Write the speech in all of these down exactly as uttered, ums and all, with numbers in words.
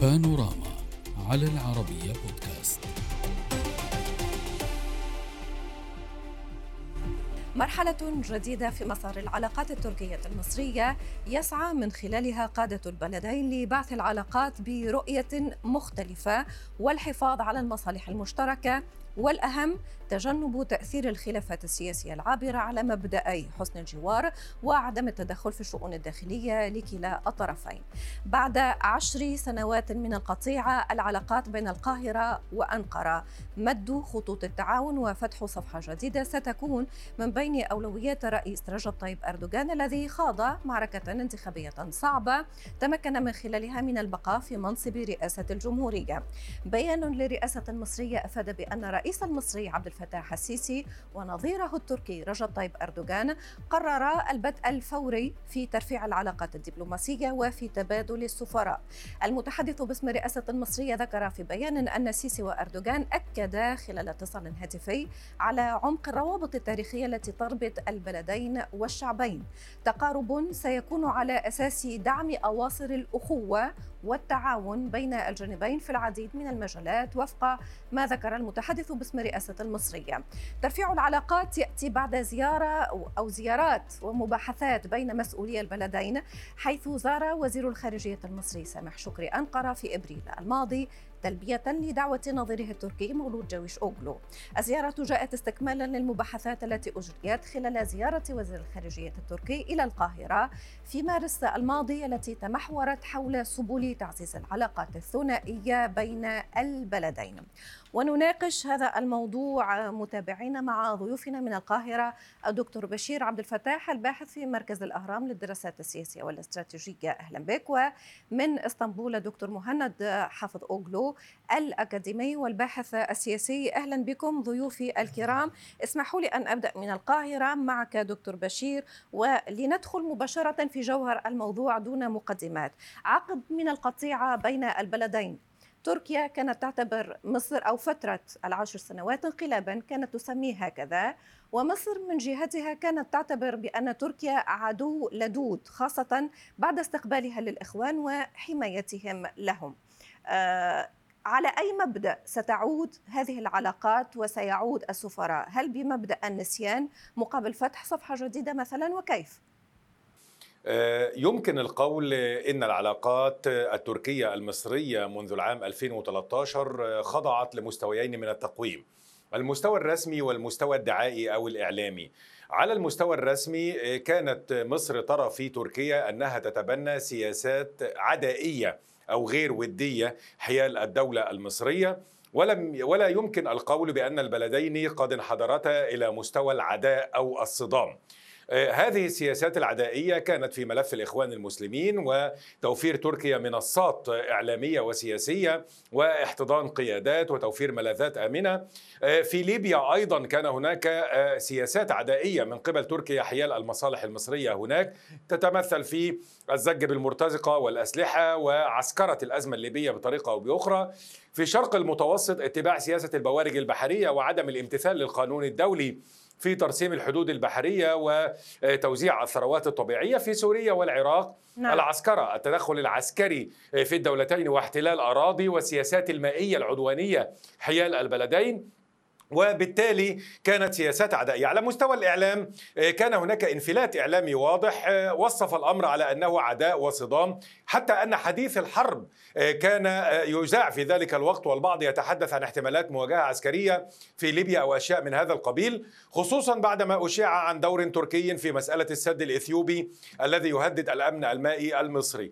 بانوراما على العربية بودكاست. مرحلة جديدة في مسار العلاقات التركية المصرية يسعى من خلالها قادة البلدين لبعث العلاقات برؤية مختلفة والحفاظ على المصالح المشتركة، والأهم تجنب تأثير الخلافات السياسية العابرة على مبدأي حسن الجوار وعدم التدخل في الشؤون الداخلية لكلا الطرفين. بعد عشر سنوات من القطيعة، العلاقات بين القاهرة وأنقرة مد خطوط التعاون وفتح صفحة جديدة ستكون من بين أولويات الرئيس رجب طيب أردوغان الذي خاض معركة انتخابية صعبة تمكن من خلالها من البقاء في منصب رئاسة الجمهورية. بيان للرئاسة المصرية أفاد بأن الرئيس المصري عبد الفتاح السيسي ونظيره التركي رجب طيب أردوغان قررا البدء الفوري في ترفيع العلاقات الدبلوماسية وفي تبادل السفراء. المتحدث باسم الرئاسة المصرية ذكر في بيان أن السيسي وأردوغان أكدا خلال اتصال هاتفي على عمق الروابط التاريخية التي تربط البلدين والشعبين، تقارب سيكون على أساس دعم أواصر الأخوة والتعاون بين الجانبين في العديد من المجالات وفق ما ذكر المتحدث باسم الرئاسة المصرية. ترفيع العلاقات يأتي بعد زيارة أو زيارات ومباحثات بين مسؤولي البلدين، حيث زار وزير الخارجية المصري سامح شكري أنقرة في إبريل الماضي تلبية لدعوة نظيره التركي مولود جاويش أوغلو. الزيارة جاءت استكمالا للمباحثات التي أجريت خلال زيارة وزير الخارجية التركي إلى القاهرة في مارس الماضي التي تمحورت حول سبل تعزيز العلاقات الثنائية بين البلدين. ونناقش هذا الموضوع متابعين مع ضيوفنا من القاهرة الدكتور بشير عبد الفتاح الباحث في مركز الأهرام للدراسات السياسية والاستراتيجية، أهلا بك. ومن اسطنبول الدكتور مهند حافظ أوغلو الأكاديمي والباحث السياسي، أهلا بكم ضيوفي الكرام. اسمحوا لي أن أبدأ من القاهرة معك دكتور بشير ولندخل مباشرة في جوهر الموضوع دون مقدمات. عقد من القطيعة بين البلدين، تركيا كانت تعتبر مصر أو فترة العشر سنوات انقلابا كانت تسميه هكذا، ومصر من جهتها كانت تعتبر بأن تركيا عدو لدود، خاصة بعد استقبالها للإخوان وحمايتهم لهم. آه على أي مبدأ ستعود هذه العلاقات وسيعود السفراء؟ هل بمبدأ النسيان مقابل فتح صفحة جديدة مثلا، وكيف؟ يمكن القول إن العلاقات التركية المصرية منذ العام ألفين وثلاثة عشر خضعت لمستويين من التقويم: المستوى الرسمي والمستوى الدعائي أو الإعلامي. على المستوى الرسمي كانت مصر ترى في تركيا أنها تتبنى سياسات عدائية أو غير ودية حيال الدولة المصرية، ولم ولا يمكن القول بأن البلدين قد انحدرتا إلى مستوى العداء أو الصدام. هذه السياسات العدائية كانت في ملف الإخوان المسلمين وتوفير تركيا منصات إعلامية وسياسية واحتضان قيادات وتوفير ملاذات آمنة. في ليبيا أيضا كان هناك سياسات عدائية من قبل تركيا حيال المصالح المصرية هناك، تتمثل في الزج بالمرتزقة والأسلحة وعسكرة الأزمة الليبية بطريقة أو بأخرى. في شرق المتوسط اتباع سياسة البوارج البحرية وعدم الامتثال للقانون الدولي في ترسيم الحدود البحرية وتوزيع الثروات الطبيعية. في سوريا والعراق نعم. العسكرة، التدخل العسكري في الدولتين واحتلال أراضي والسياسات المائية العدوانية حيال البلدين، وبالتالي كانت سياسات عدائية. على مستوى الإعلام كان هناك انفلات إعلامي واضح وصف الأمر على أنه عداء وصدام، حتى أن حديث الحرب كان يذاع في ذلك الوقت، والبعض يتحدث عن احتمالات مواجهة عسكرية في ليبيا أو أشياء من هذا القبيل، خصوصا بعدما أشيع عن دور تركي في مسألة السد الإثيوبي الذي يهدد الأمن المائي المصري.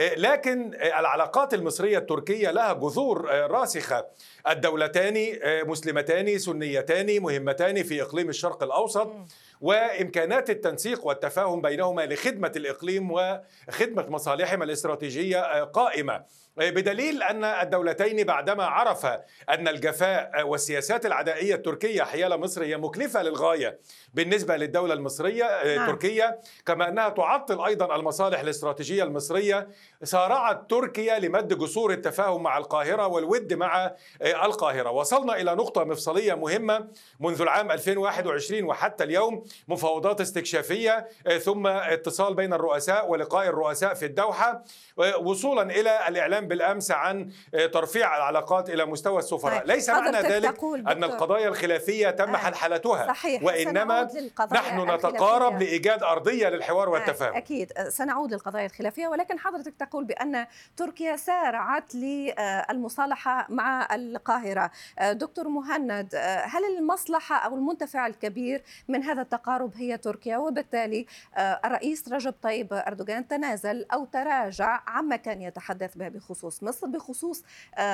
لكن العلاقات المصرية التركية لها جذور راسخة. الدولتان مسلمتان سنيتان مهمتان في إقليم الشرق الأوسط، وإمكانات التنسيق والتفاهم بينهما لخدمة الإقليم وخدمة مصالحهما الاستراتيجية قائمة، بدليل أن الدولتين بعدما عرف أن الجفاء والسياسات العدائية التركية حيال مصر هي مكلفة للغاية بالنسبة للدولة المصرية آه. تركيا، كما أنها تعطل أيضا المصالح الاستراتيجية المصرية، سارعت تركيا لمد جسور التفاهم مع القاهرة والود مع آه القاهرة. وصلنا إلى نقطة مفصلية مهمة منذ العام ألفين وواحد وعشرين وحتى اليوم، مفاوضات استكشافية، ثم اتصال بين الرؤساء ولقاء الرؤساء في الدوحة، وصولا إلى الإعلام بالأمس عن ترفيع العلاقات إلى مستوى السفراء. طيب. ليس معنى ذلك أن القضايا الخلافية تم حلحلتها، صحيح. وإنما نحن نتقارب لإيجاد أرضية للحوار والتفاهم. أكيد سنعود للقضايا الخلافية، ولكن حضرتك تقول بأن تركيا سارعت للمصالحة مع القاهرة. دكتور مهند، هل المصلحة أو المنتفع الكبير من هذا التقارب هي تركيا، وبالتالي الرئيس رجب طيب أردوغان تنازل أو تراجع عما كان يتحدث به بخصوص مصر، بخصوص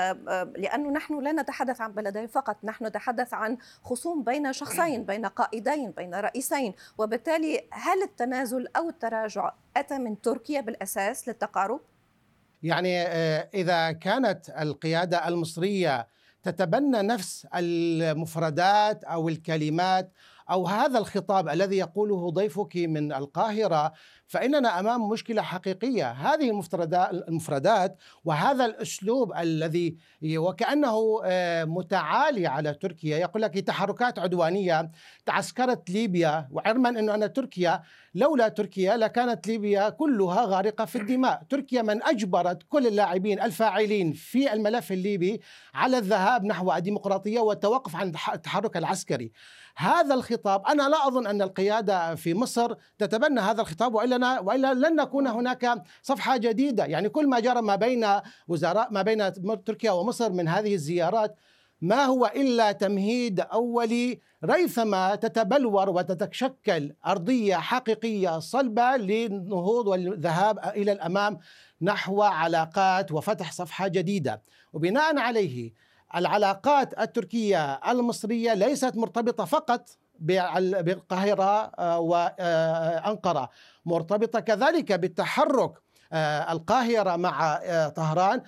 لأنه نحن لا نتحدث عن بلدين فقط، نحن نتحدث عن خصوم بين شخصين، بين قائدين، بين رئيسين، وبالتالي هل التنازل أو التراجع أتى من تركيا بالأساس للتقارب؟ يعني إذا كانت القيادة المصرية تتبنى نفس المفردات أو الكلمات أو هذا الخطاب الذي يقوله ضيفك من القاهرة، فإننا أمام مشكلة حقيقية. هذه المفردات وهذا الأسلوب الذي وكأنه متعالي على تركيا، يقول لك تحركات عدوانية، تعسكرت ليبيا، وعلما أنه أن تركيا لولا تركيا لكانت ليبيا كلها غارقة في الدماء. تركيا من أجبرت كل اللاعبين الفاعلين في الملف الليبي على الذهاب نحو الديمقراطية والتوقف عن التحرك العسكري. هذا الخطاب أنا لا أظن أن القيادة في مصر تتبنى هذا الخطاب، وإلا وإلا لن نكون هناك صفحة جديدة. يعني كل ما جرى ما بين وزراء ما بين تركيا ومصر من هذه الزيارات ما هو إلا تمهيد أولي ريثما تتبلور وتتشكل أرضية حقيقية صلبة للنهوض والذهاب إلى الأمام نحو علاقات وفتح صفحة جديدة. وبناء عليه العلاقات التركية المصرية ليست مرتبطة فقط بالقاهرة وأنقرة، مرتبطة كذلك بالتحرك القاهرة مع طهران،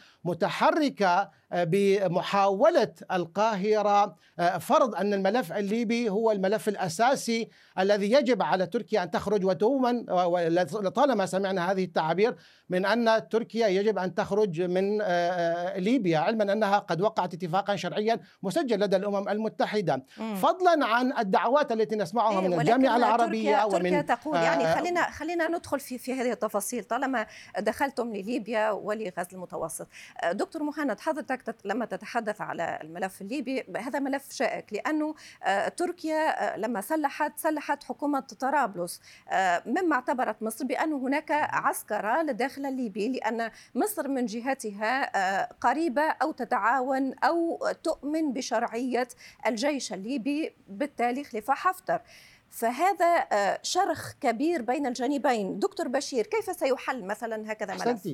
متحركة بمحاولة القاهرة فرض أن الملف الليبي هو الملف الأساسي الذي يجب على تركيا أن تخرج. وتوما لطالما سمعنا هذه التعابير من أن تركيا يجب أن تخرج من ليبيا، علما أنها قد وقعت اتفاقا شرعيا مسجل لدى الأمم المتحدة، م. فضلا عن الدعوات التي نسمعها إيه، من الجامعة العربية. تركيا ومن تركيا تقول يعني خلينا خلينا ندخل في في هذه التفاصيل طالما دخلتم لليبيا ولغزو المتوسط. دكتور مهند، حضرتك لما تتحدث على الملف الليبي هذا ملف شائك، لأنه تركيا لما سلحت سلحت حكومة طرابلس، مما اعتبرت مصر بأن هناك عسكرة للداخل الليبي، لأن مصر من جهتها قريبة أو تتعاون أو تؤمن بشرعية الجيش الليبي، بالتالي خليفة حفتر. فهذا شرخ كبير بين الجانبين. دكتور بشير، كيف سيحل مثلا هكذا ملف؟ أحسنتي.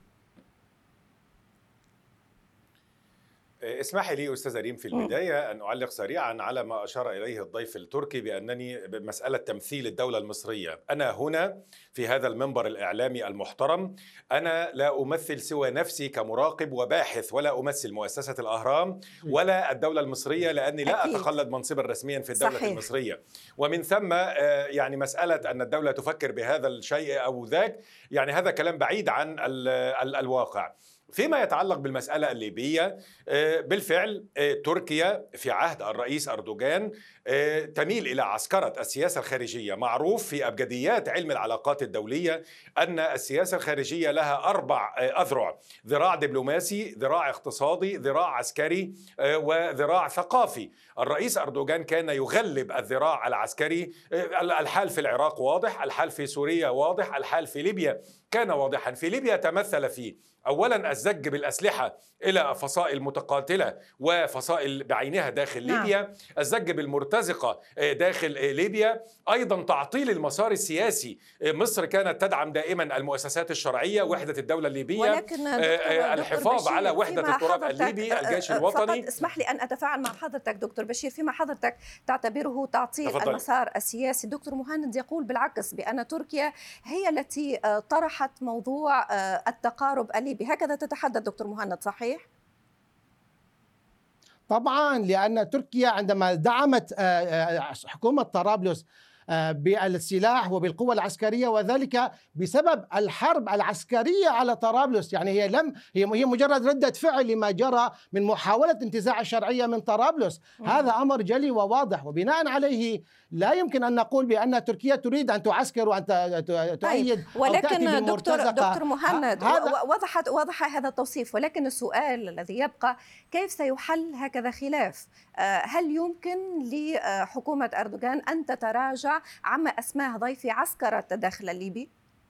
اسمحي لي أستاذ ريم في البداية أن أعلق سريعا على ما أشار إليه الضيف التركي بأنني بمسألة تمثيل الدولة المصرية. أنا هنا في هذا المنبر الإعلامي المحترم أنا لا أمثل سوى نفسي كمراقب وباحث، ولا أمثل مؤسسة الأهرام ولا الدولة المصرية، لأني لا أكيد. أتقلد منصبا رسميا في الدولة صحيح. المصرية. ومن ثم يعني مسألة أن الدولة تفكر بهذا الشيء أو ذاك، يعني هذا كلام بعيد عن ال ال الواقع. فيما يتعلق بالمسألة الليبية، بالفعل تركيا في عهد الرئيس أردوغان تميل إلى عسكرة السياسة الخارجية. معروف في أبجديات علم العلاقات الدولية أن السياسة الخارجية لها أربع أذرع: ذراع دبلوماسي، ذراع اقتصادي، ذراع عسكري، وذراع ثقافي. الرئيس أردوغان كان يغلب الذراع العسكري. الحال في العراق واضح، الحال في سوريا واضح، الحال في ليبيا كان واضحا. في ليبيا تمثل فيه أولا الزج بالأسلحة إلى فصائل متقاتلة وفصائل بعينها داخل نعم. ليبيا، الزج بالمرتزقة داخل ليبيا، أيضا تعطيل المسار السياسي. مصر كانت تدعم دائما المؤسسات الشرعية، وحدة الدولة الليبية، ولكن الحفاظ على وحدة التراب الليبي، الجيش الوطني. فقط اسمح لي أن أتفاعل مع حضرتك دكتور بشير فيما حضرتك تعتبره تعطيل تفضل. المسار السياسي. دكتور مهند يقول بالعكس بأن تركيا هي التي طرحت موضوع التقارب الليبي، هكذا تتحدث دكتور مهند، صحيح؟ طبعا، لأن تركيا عندما دعمت حكومة طرابلس بالسلاح وبالقوة العسكرية، وذلك بسبب الحرب العسكرية على طرابلس. يعني هي لم هي هي مجرد ردة فعل لما جرى من محاولة انتزاع الشرعية من طرابلس. هذا أمر جلي وواضح، وبناء عليه لا يمكن أن نقول بأن تركيا تريد أن تعسكر وأن تؤيد. طيب. ولكن دكتور دكتور مهند وضحت وضح هذا التوصيف، ولكن السؤال الذي يبقى كيف سيحل هكذا خلاف؟ هل يمكن لحكومة أردوغان أن تتراجع عما أسماه ضيفي عسكرة الداخل الليبي؟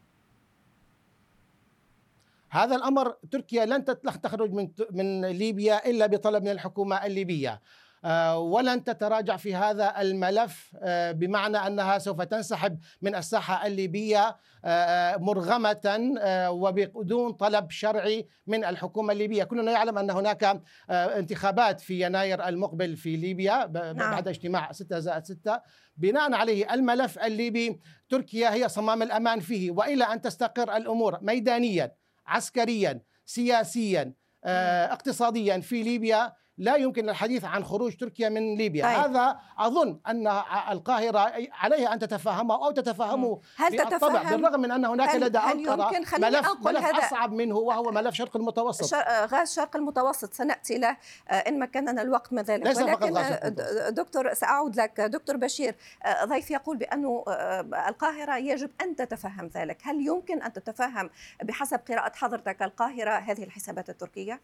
هذا الأمر تركيا لن تخرج من من ليبيا إلا بطلب من الحكومة الليبية، ولن تتراجع في هذا الملف، بمعنى أنها سوف تنسحب من الساحة الليبية مرغمة وبدون طلب شرعي من الحكومة الليبية. كلنا يعلم أن هناك انتخابات في يناير المقبل في ليبيا بعد اجتماع ستة زائد ستة. بناء عليه الملف الليبي تركيا هي صمام الأمان فيه، وإلى أن تستقر الأمور ميدانيا عسكريا سياسيا اقتصاديا في ليبيا لا يمكن الحديث عن خروج تركيا من ليبيا. طيب. هذا أظن أن القاهرة عليها أن تتفهمه أو تتفهمه بالطبع، بالرغم من أن هناك هل لدى أنقرة ملف, ملف هذا أصعب منه، وهو ملف شرق المتوسط. غاز شرق المتوسط سنأتي له إن مكننا الوقت من ذلك. ولكن دكتور سأعود لك دكتور بشير، ضيف يقول بأن القاهرة يجب أن تتفهم ذلك. هل يمكن أن تتفهم بحسب قراءة حضرتك القاهرة هذه الحسابات التركية؟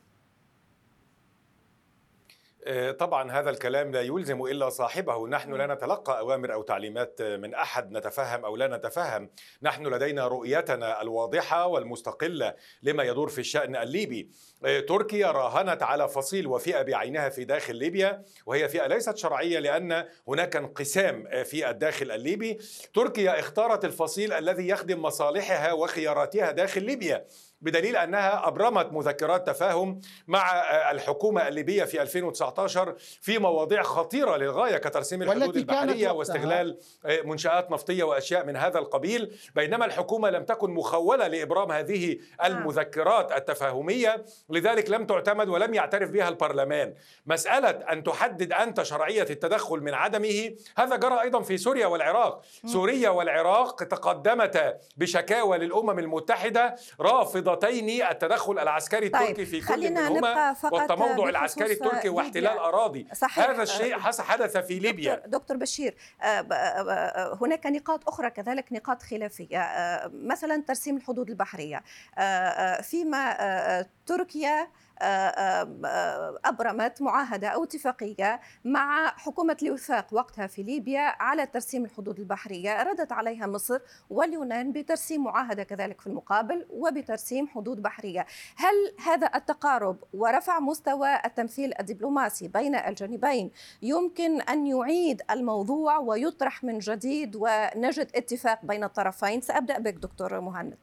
طبعا هذا الكلام لا يلزم إلا صاحبه. نحن لا نتلقى أوامر أو تعليمات من أحد نتفهم أو لا نتفهم. نحن لدينا رؤيتنا الواضحة والمستقلة لما يدور في الشأن الليبي. تركيا راهنت على فصيل وفئة بعينها في داخل ليبيا، وهي فئة ليست شرعية لأن هناك انقسام في الداخل الليبي. تركيا اختارت الفصيل الذي يخدم مصالحها وخياراتها داخل ليبيا، بدليل أنها أبرمت مذكرات تفاهم مع الحكومة الليبية في ألفين وتسعة عشر في مواضيع خطيرة للغاية كترسيم الحدود البحرية واستغلال منشآت نفطية وأشياء من هذا القبيل، بينما الحكومة لم تكن مخولة لإبرام هذه المذكرات التفاهمية، لذلك لم تعتمد ولم يعترف بها البرلمان. مسألة أن تحدد أنت شرعية التدخل من عدمه، هذا جرى أيضا في سوريا والعراق. سوريا والعراق تقدمتا بشكاوى للأمم المتحدة رافضة التدخل العسكري التركي طيب. في كل منهما والتموضع العسكري التركي واحتلال أراضي. صحيح. هذا الشيء حدث في ليبيا. دكتور, دكتور بشير، هناك نقاط أخرى كذلك نقاط خلافية، مثلا ترسيم الحدود البحرية، فيما تركيا أبرمت معاهدة أو اتفاقية مع حكومة الوفاق وقتها في ليبيا على ترسيم الحدود البحرية، ردت عليها مصر واليونان بترسيم معاهدة كذلك في المقابل وبترسيم حدود بحرية. هل هذا التقارب ورفع مستوى التمثيل الدبلوماسي بين الجانبين يمكن أن يعيد الموضوع ويطرح من جديد ونجد اتفاق بين الطرفين؟ سأبدأ بك دكتور مهند.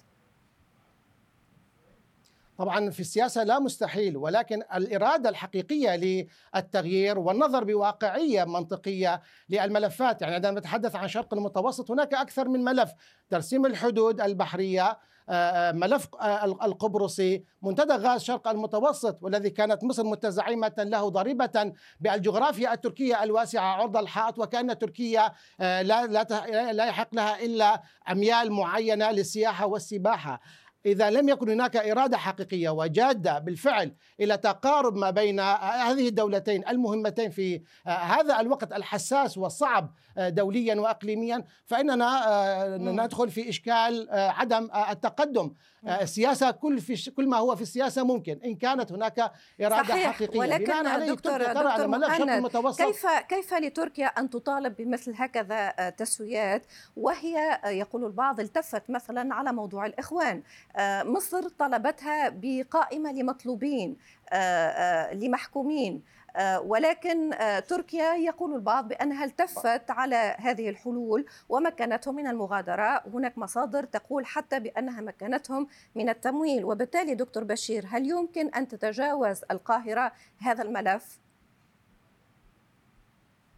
طبعا في السياسة لا مستحيل، ولكن الإرادة الحقيقية للتغيير والنظر بواقعية منطقية للملفات. يعني عندما نتحدث عن شرق المتوسط هناك أكثر من ملف: ترسيم الحدود البحرية، ملف القبرصي، منتدى غاز شرق المتوسط، والذي كانت مصر متزعمة له ضريبة بالجغرافيا التركية الواسعة عرض الحائط، وكأن تركيا لا لا لا يحق لها إلا أميال معينة للسياحة والسباحة. إذا لم يكن هناك إرادة حقيقية وجادة بالفعل إلى تقارب ما بين هذه الدولتين المهمتين في هذا الوقت الحساس والصعب دوليا وأقليميا، فإننا ندخل في إشكال عدم التقدم. السياسة كل في كل ما هو في السياسة ممكن إن كانت هناك إرادة صحيح. حقيقية. ولكن دكتور, دكتور مهند، كيف كيف لتركيا أن تطالب بمثل هكذا تسويات وهي يقول البعض التفت مثلا على موضوع الإخوان؟ مصر طلبتها بقائمة لمطلوبين لمحكومين، ولكن تركيا يقول البعض بأنها التفت على هذه الحلول ومكنتهم من المغادرة. هناك مصادر تقول حتى بأنها مكنتهم من التمويل. وبالتالي دكتور بشير، هل يمكن أن تتجاوز القاهرة هذا الملف؟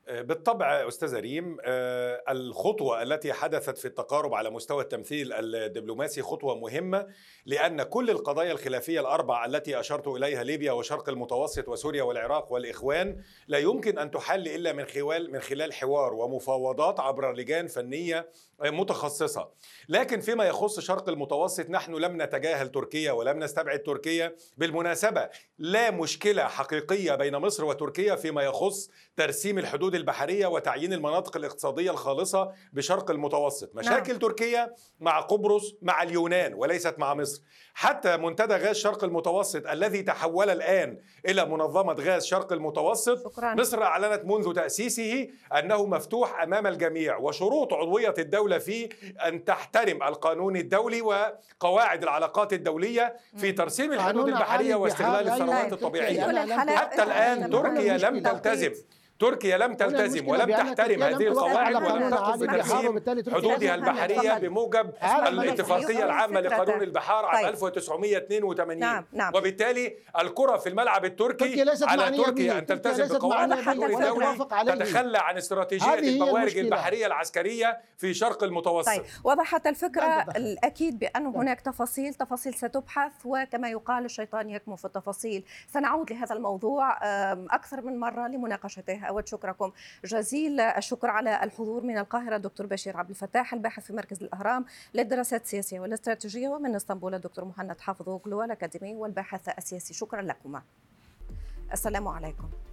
بالطبع أستاذ ريم، الخطوة التي حدثت في التقارب على مستوى التمثيل الدبلوماسي خطوة مهمة، لأن كل القضايا الخلافية الأربع التي أشرت إليها، ليبيا وشرق المتوسط وسوريا والعراق والإخوان، لا يمكن أن تحل إلا من خلال من خلال حوار ومفاوضات عبر لجان فنية متخصصة. لكن فيما يخص شرق المتوسط نحن لم نتجاهل تركيا ولم نستبعد تركيا. بالمناسبة لا مشكلة حقيقية بين مصر وتركيا فيما يخص ترسيم الحدود البحرية وتعيين المناطق الاقتصادية الخالصة بشرق المتوسط. مشاكل نعم. تركيا مع قبرص مع اليونان وليست مع مصر. حتى منتدى غاز شرق المتوسط الذي تحول الآن إلى منظمة غاز شرق المتوسط، شكرا. مصر أعلنت منذ تأسيسه أنه مفتوح أمام الجميع، وشروط عضوية الدولة فيه أن تحترم القانون الدولي وقواعد العلاقات الدولية في ترسيم الحدود البحرية واستغلال الثروات الطبيعية. حتى الآن تركيا لم تلتزم تركيا لم تلتزم ولم تحترم هذه القواعد ولم تقم بترسيم حدودها البحرية بموجب الاتفاقية العامة لقانون البحار عام ألف وتسعمائة واثنين وثمانين. نعم نعم. وبالتالي الكرة في الملعب التركي على تركيا أن تلتزم بقواعد القانون الدولي، تتخلى عن استراتيجية الموارد البحرية العسكرية في شرق المتوسط. طيب، وضحت الفكرة. الأكيد بأن هناك تفاصيل تفاصيل ستبحث، وكما يقال الشيطان يكمن في التفاصيل. سنعود لهذا الموضوع أكثر من مرة لمناقشته. أود شكركم جزيل الشكر على الحضور من القاهرة دكتور بشير عبد الفتاح، الباحث في مركز الأهرام للدراسات السياسية والاستراتيجية، ومن اسطنبول الدكتور مهند حافظ أوغلو الأكاديمي والباحث السياسي. شكرا لكما. السلام عليكم.